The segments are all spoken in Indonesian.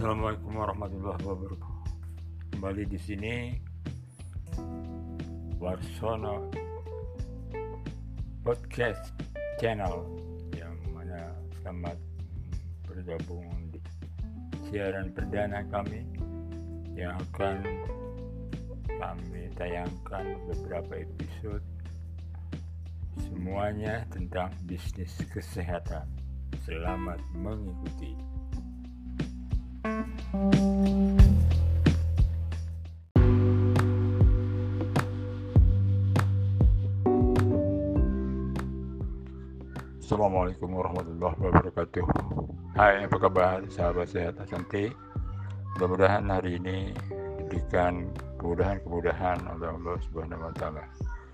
Assalamualaikum warahmatullahi wabarakatuh. Kembali di sini Warsono Podcast Channel, yang mana selamat bergabung di siaran perdana kami yang akan kami tayangkan beberapa episode, semuanya tentang bisnis kesehatan. Selamat mengikuti. Assalamualaikum warahmatullahi wabarakatuh. Hai, apa kabar sahabat sehat Asante? Mudah-mudahan hari ini diberikan kemudahan oleh Allah Subhanahu wa taala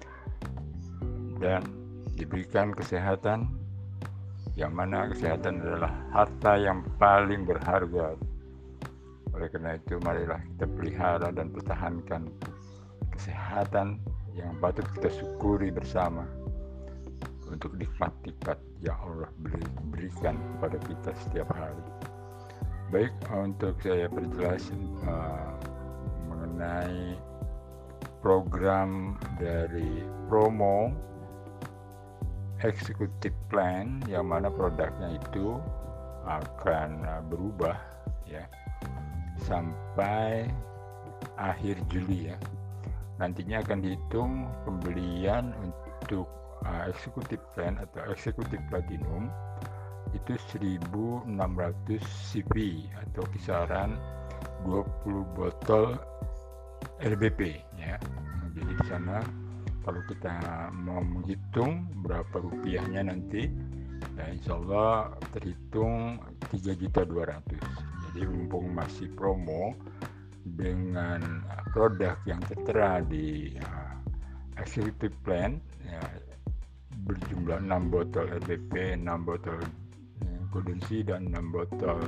dan diberikan kesehatan, yang mana kesehatan adalah harta yang paling berharga. Oleh karena itu, marilah kita pelihara dan pertahankan kesehatan yang patut kita syukuri bersama untuk nikmat-nikmat yang Allah berikan kepada kita setiap hari. Baik, untuk saya perjelas mengenai program dari promo executive plan, yang mana produknya itu akan berubah ya sampai akhir Juli ya. Nantinya akan dihitung pembelian untuk executive plan atau executive platinum itu 1.600 cv atau kisaran 20 botol LBP ya. Jadi di sana kalau kita mau menghitung berapa rupiahnya nanti, ya insya Allah terhitung 3.200.000. Jadi mumpung masih promo dengan produk yang tertera di executive plan ya, berjumlah 6 botol LBP, 6 botol Goldensi dan 6 botol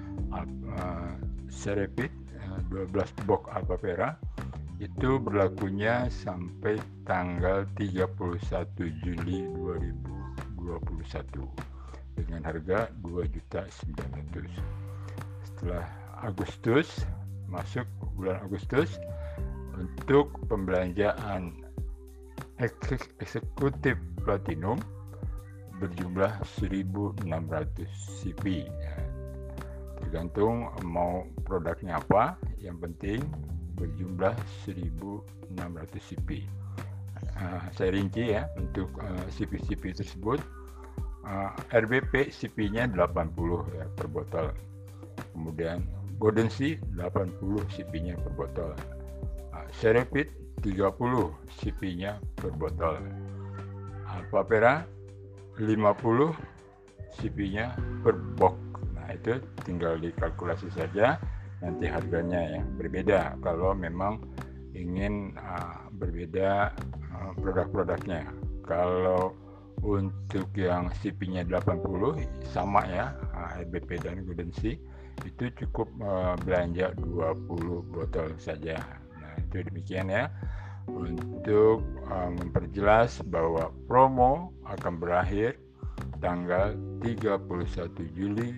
Serepit, 12 box Alpapera, itu berlakunya sampai tanggal 31 Juli 2021 dengan harga 2.900.000. Setelah Agustus, masuk bulan Agustus, untuk pembelanjaan eksekutif platinum berjumlah 1.600 cv ya. Tergantung mau produknya apa, yang penting berjumlah 1.600 cv. Saya rinci ya untuk cv-cv tersebut. RBP cv-nya 80 ya per botol, kemudian Goldensi 80 cv-nya per botol, Serepit 30 cv-nya per botol, Alpapera 50 cv-nya per box. Nah, itu tinggal dikalkulasi saja, nanti harganya ya berbeda kalau memang ingin berbeda produk-produknya. Kalau untuk yang cv-nya 80 sama ya, RBP dan Goldensi, itu cukup belanja 20 botol saja. Nah, itu demikian ya, untuk memperjelas bahwa promo akan berakhir tanggal 31 Juli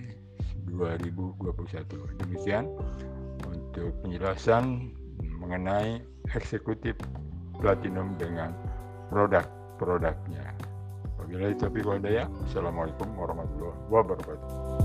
2021. Demikian untuk penjelasan mengenai eksekutif platinum dengan produk-produknya. Wabillahi taufiq wal hidayah. Assalamualaikum warahmatullahi wabarakatuh.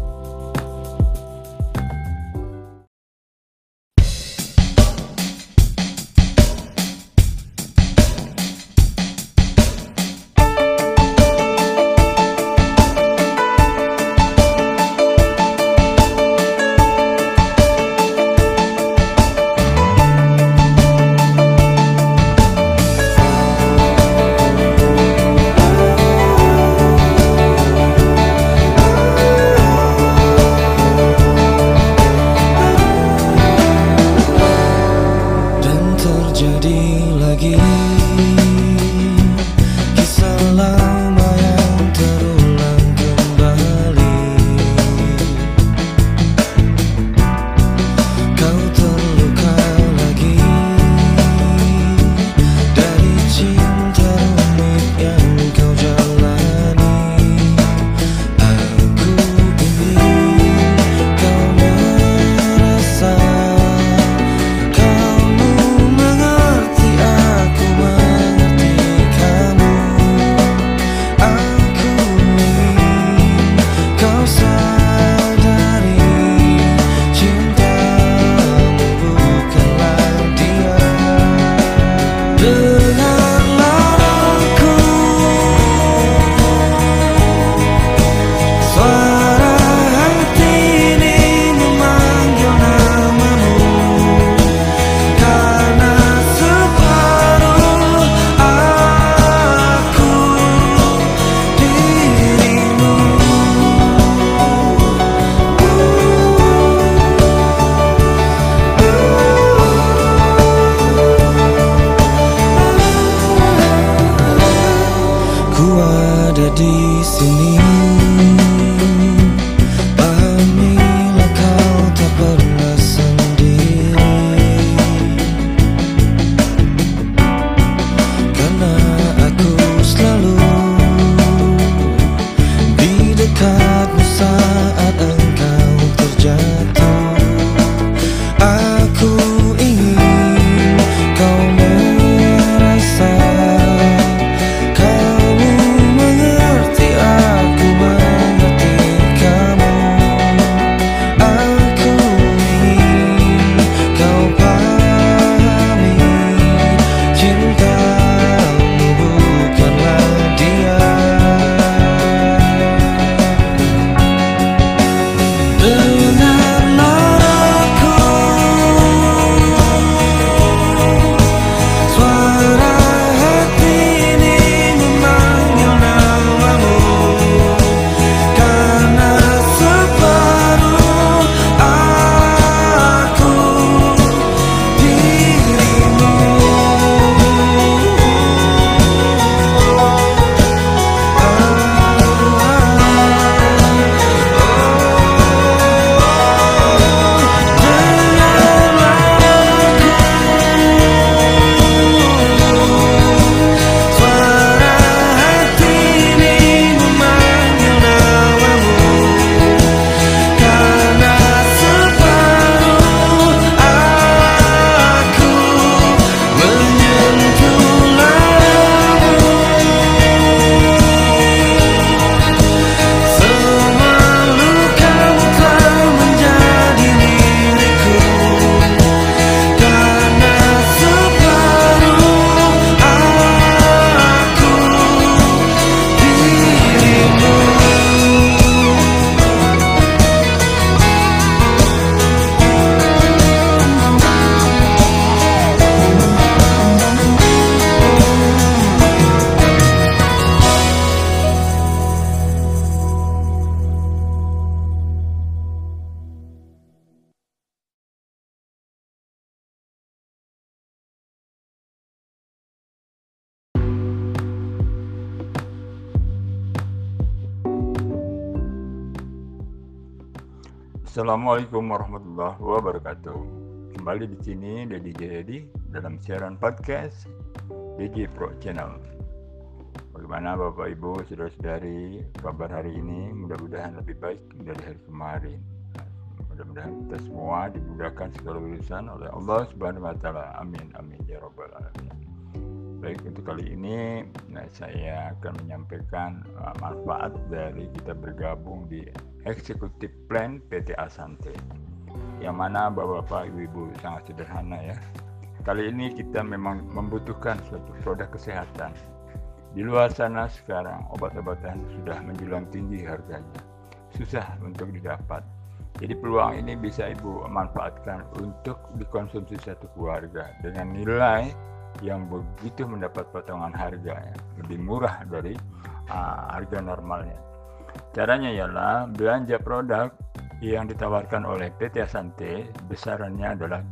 Assalamualaikum warahmatullahi wabarakatuh. Kembali di sini Dedi Jayadi dalam siaran podcast DJ Pro Channel. Bagaimana Bapak Ibu, saudara-saudari, kabar hari ini? Mudah-mudahan lebih baik dari hari kemarin. Mudah-mudahan kita semua dimudahkan segala urusan oleh Allah Subhanahu wa taala. Amin amin ya rabbal alamin. Baik, untuk kali ini saya akan menyampaikan manfaat dari kita bergabung di Executive Plan PT Asante, yang mana Bapak Ibu sangat sederhana ya. Kali ini kita memang membutuhkan suatu produk kesehatan. Di luar sana sekarang obat-obatan sudah menjulang tinggi harganya, susah untuk didapat. Jadi peluang ini bisa Ibu manfaatkan untuk dikonsumsi satu keluarga dengan nilai yang begitu mendapat potongan harga ya, lebih murah dari harga normalnya. Caranya ialah belanja produk yang ditawarkan oleh PT Asante besarannya adalah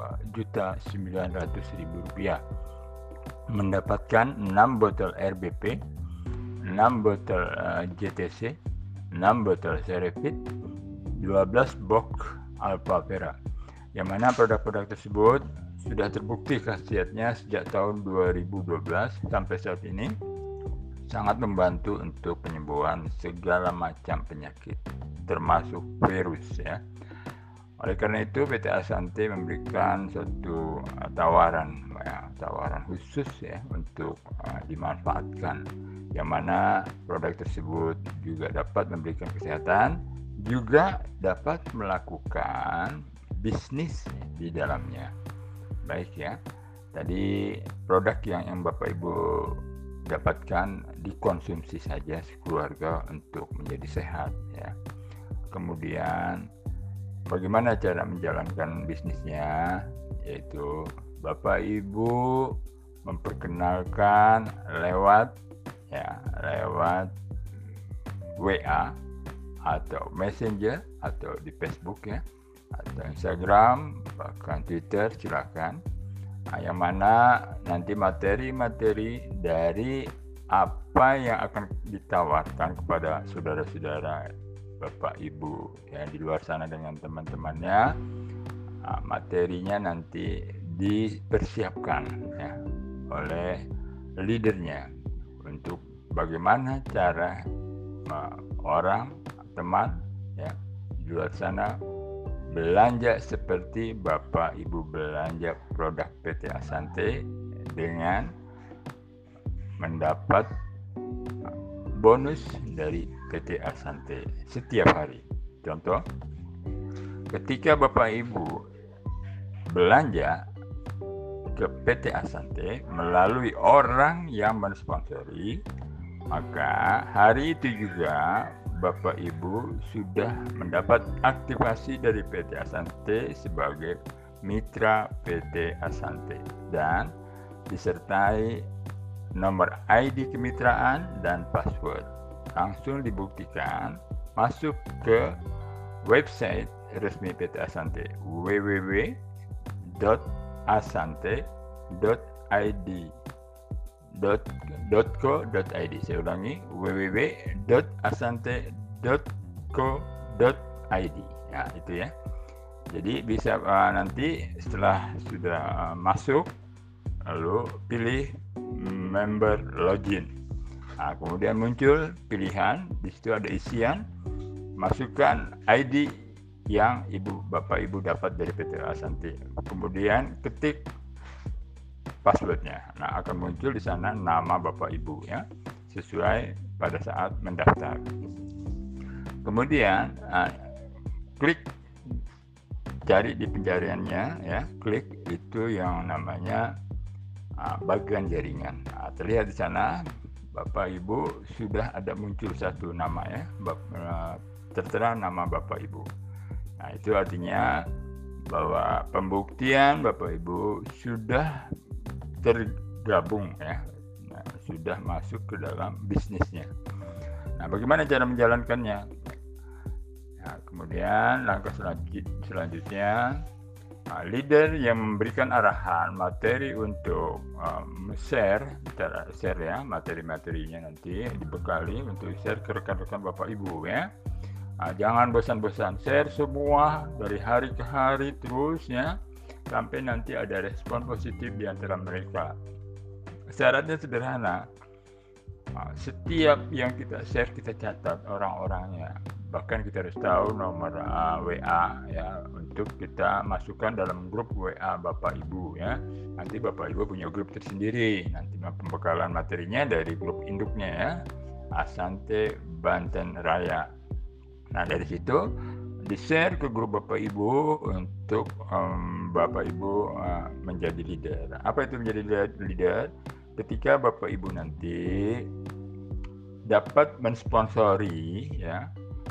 Rp2.900.000, mendapatkan 6 botol RBP, 6 botol JTC, 6 botol Cerevit, 12 box Alpha Vera, yang mana produk-produk tersebut sudah terbukti khasiatnya sejak tahun 2012 sampai saat ini sangat membantu untuk penyembuhan segala macam penyakit termasuk virus ya. Oleh karena itu PT Asante memberikan suatu tawaran khusus ya untuk dimanfaatkan, yang mana produk tersebut juga dapat memberikan kesehatan, juga dapat melakukan bisnis di dalamnya. Baik ya, tadi produk yang Bapak Ibu dapatkan dikonsumsi saja sekeluarga untuk menjadi sehat ya. Kemudian bagaimana cara menjalankan bisnisnya, yaitu Bapak Ibu memperkenalkan lewat WA atau Messenger atau di Facebook ya, atau Instagram, bahkan Twitter, silakan. Yang mana nanti materi-materi dari apa yang akan ditawarkan kepada saudara-saudara Bapak Ibu yang di luar sana dengan teman-temannya, materinya nanti dipersiapkan ya oleh leadernya untuk bagaimana cara orang teman ya di luar sana belanja seperti Bapak Ibu belanja produk PT Asante dengan mendapat bonus dari PT Asante setiap hari. Contoh, ketika Bapak Ibu belanja ke PT Asante melalui orang yang mensponsori, maka hari itu juga Bapak Ibu sudah mendapat aktivasi dari PT Asante sebagai mitra PT Asante dan disertai nomor ID kemitraan dan password. Langsung dibuktikan masuk ke website resmi PT Asante www.asante.id .co.id. Saya ulangi, www.asante.co.id. Ya, itu ya. Jadi bisa nanti setelah sudah masuk, lalu pilih member login. Nah, kemudian muncul pilihan, di situ ada isian, masukkan ID yang Bapak Ibu dapat dari PT Asante. Kemudian ketik passwordnya. Nah, akan muncul di sana nama Bapak Ibu ya, sesuai pada saat mendaftar. Kemudian klik cari di pencariannya ya, klik itu yang namanya bagian jaringan. Nah, terlihat di sana Bapak Ibu sudah ada muncul satu nama ya, tertera nama Bapak Ibu. Nah, itu artinya bahwa pembuktian Bapak Ibu sudah tergabung ya, sudah masuk ke dalam bisnisnya. Nah, bagaimana cara menjalankannya? Nah, kemudian langkah selanjutnya, leader yang memberikan arahan materi untuk share ya, materi-materinya nanti dibekali untuk share ke rekan-rekan Bapak Ibu ya. Jangan bosan-bosan, share semua dari hari ke hari terus ya, sampai nanti ada respon positif di antara mereka. Syaratnya sederhana, setiap yang kita share kita catat orang-orangnya, bahkan kita harus tahu nomor WA ya, untuk kita masukkan dalam grup WA Bapak Ibu ya. Nanti Bapak Ibu punya grup tersendiri, nanti pembekalan materinya dari grup induknya ya, Asante Banten Raya. Nah dari situ di-share ke grup Bapak Ibu untuk Bapak Ibu menjadi leader. Apa itu menjadi leader? Ketika Bapak Ibu nanti dapat mensponsori ya,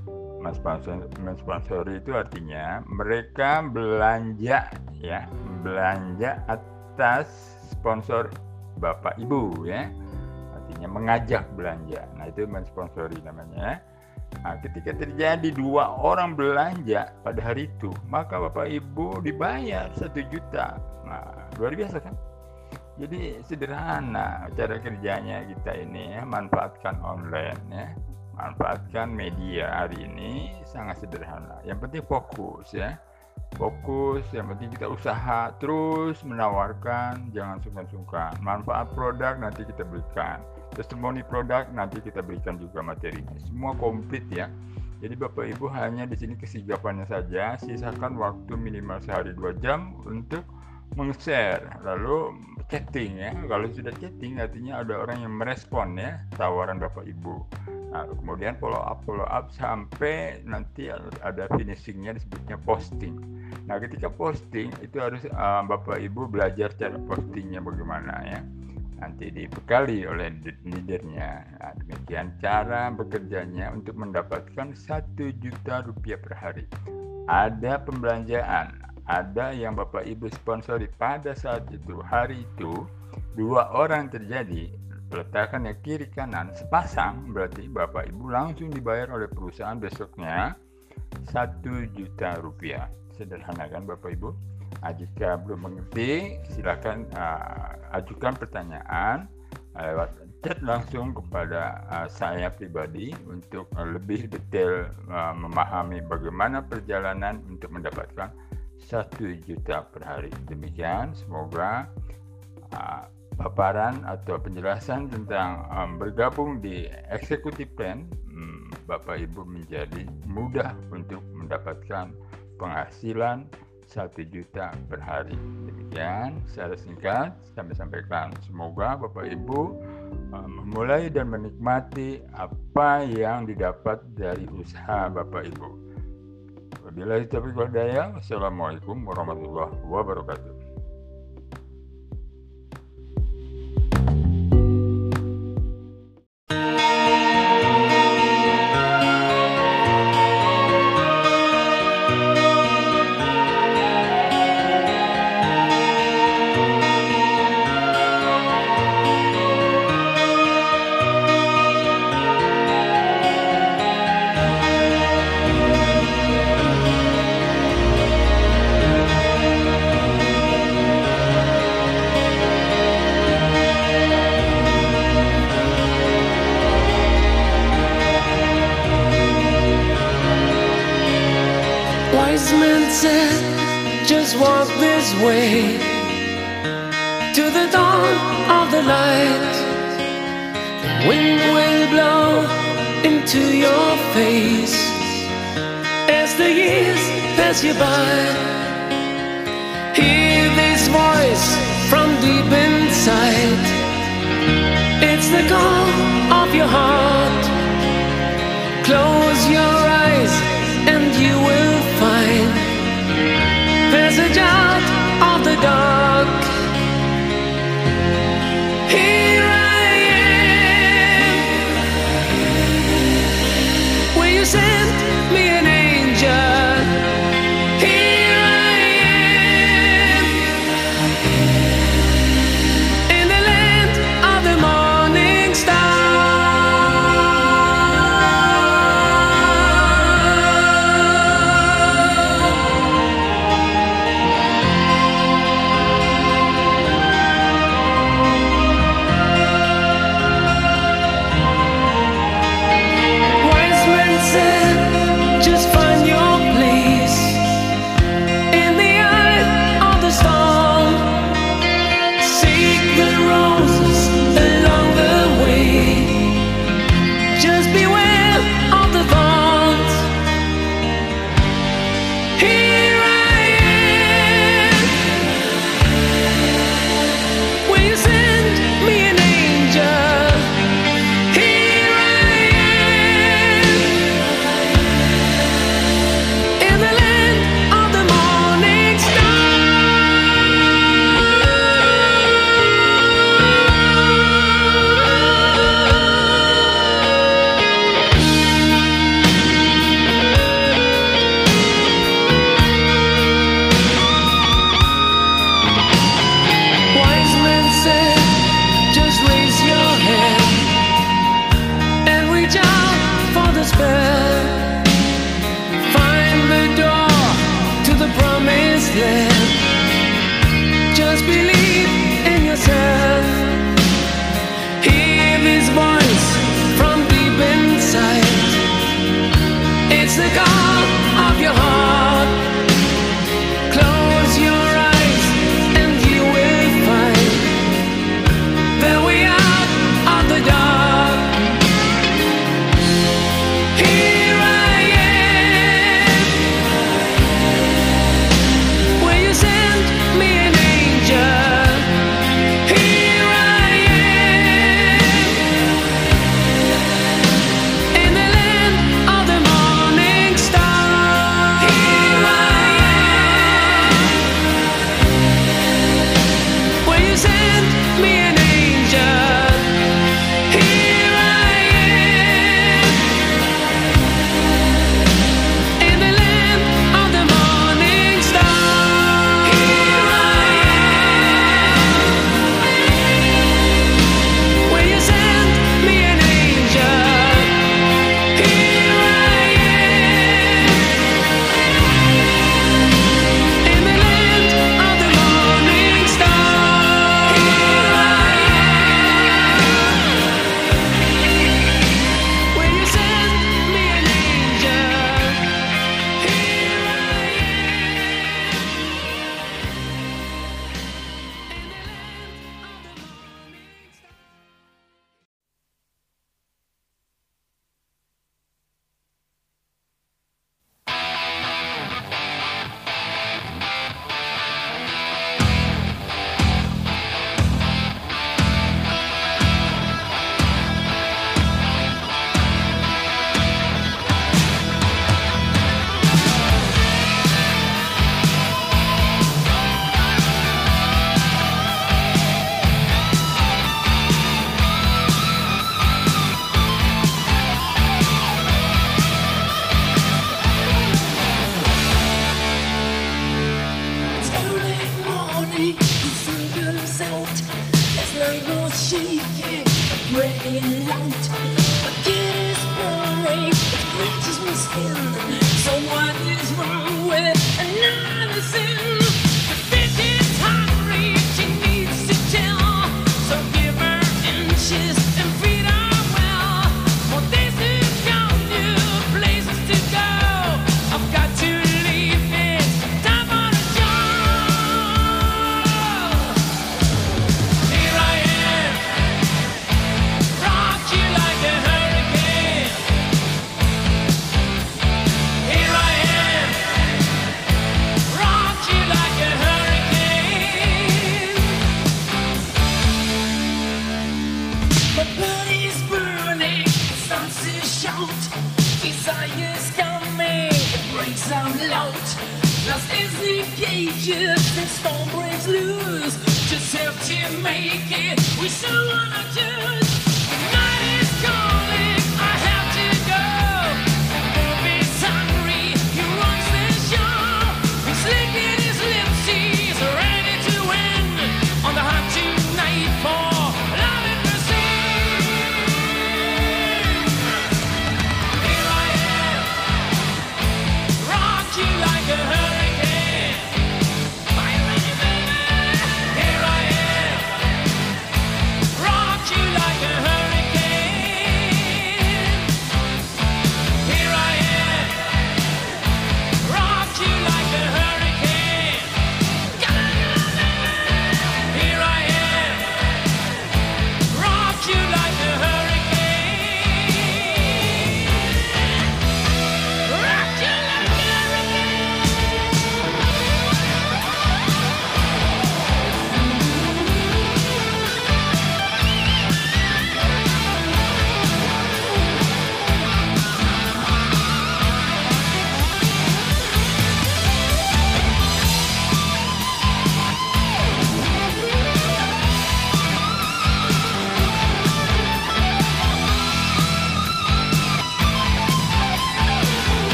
mensponsori itu artinya mereka belanja ya, belanja atas sponsor Bapak Ibu ya, artinya mengajak belanja. Nah itu mensponsori namanya. Nah, ketika terjadi 2 orang belanja pada hari itu, maka Bapak Ibu dibayar 1 juta. Nah, luar biasa kan? Jadi sederhana cara kerjanya kita ini ya, manfaatkan online ya, manfaatkan media hari ini sangat sederhana. Yang penting fokus ya, fokus. Yang penting kita usaha terus menawarkan, jangan sungkan-sungkan. Manfaat produk nanti kita berikan, testimoni produk nanti kita berikan juga materinya, semua komplit ya. Jadi Bapak Ibu hanya di sini kesigapannya saja, sisakan waktu minimal sehari 2 jam untuk meng-share, lalu chatting ya. Kalau sudah chatting artinya ada orang yang merespon ya tawaran Bapak Ibu. Nah, kemudian follow up sampai nanti ada finishingnya, disebutnya posting. Nah ketika posting itu harus Bapak Ibu belajar cara postingnya bagaimana ya, nanti dibekali oleh leadernya. Nah, demikian cara bekerjanya untuk mendapatkan 1 juta rupiah per hari. Ada pembelanjaan, ada yang Bapak Ibu sponsori pada saat itu, hari itu 2 orang terjadi, letakkan ya kiri kanan sepasang, berarti Bapak Ibu langsung dibayar oleh perusahaan besoknya 1 juta rupiah. Sederhana kan Bapak Ibu? Nah, jika belum mengerti silakan ajukan pertanyaan lewat chat langsung kepada saya pribadi untuk lebih detail memahami bagaimana perjalanan untuk mendapatkan 1 juta per hari. Demikian, semoga paparan atau penjelasan tentang bergabung di Executive Plan Bapak Ibu menjadi mudah untuk mendapatkan penghasilan 1 juta per hari. Demikian secara singkat kami sampaikan. Semoga Bapak Ibu memulai dan menikmati apa yang didapat dari usaha Bapak Ibu. Wabillahi taufiq wal hidayah. Wassalamualaikum warahmatullahi wabarakatuh. Wise men said, just walk this way to the dawn of the light. The wind will blow into your face as the years pass you by. Hear this voice from deep inside. It's the call of your heart. Close your eyes and you will find passage out of the dark. Here I am, where you sent me an angel. Here I am, in the land of the morning star. Wise men said, spell. Find the door to the promised land. Just believe in yourself. Hear this voice from deep inside. It's the call of your heart. Close your eyes and you will find the way out of the dark. Here I am. Will you send me an angel? Here I am. In the land of the morning star. Here I am. Will you send me an angel? Here I am. In the land of the morning star. Here I am. Will you send me an angel? Here I am. In the land of the morning star. Here I am. Will you send me an angel? Here I It's early morning, the sun goes out. There's light no shaking, a gray light. The kid is burning, it scratches my skin. So what is wrong with another sin? The bitch is hungry, she needs to tell. So give her inches and feed her well. More days to come, new places to go. I've got to leave it, time for a job. Here I am, rock you like a hurricane. Here I am, rock you like a hurricane. My body's burning, it starts to shout. Desire's coming, it breaks out loud. Lost is the cages, the storm breaks loose. Just have to make it, we still wanna choose. The night is calling, I have to go. The movie's hungry, he runs the show. He's licking his lips, he's ready to win. On the hot tonight for love and pursuit. Here I am, rock you like a hurricane. Are you ready, baby? Here I am, rock you like a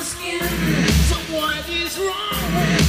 skin. So what is wrong with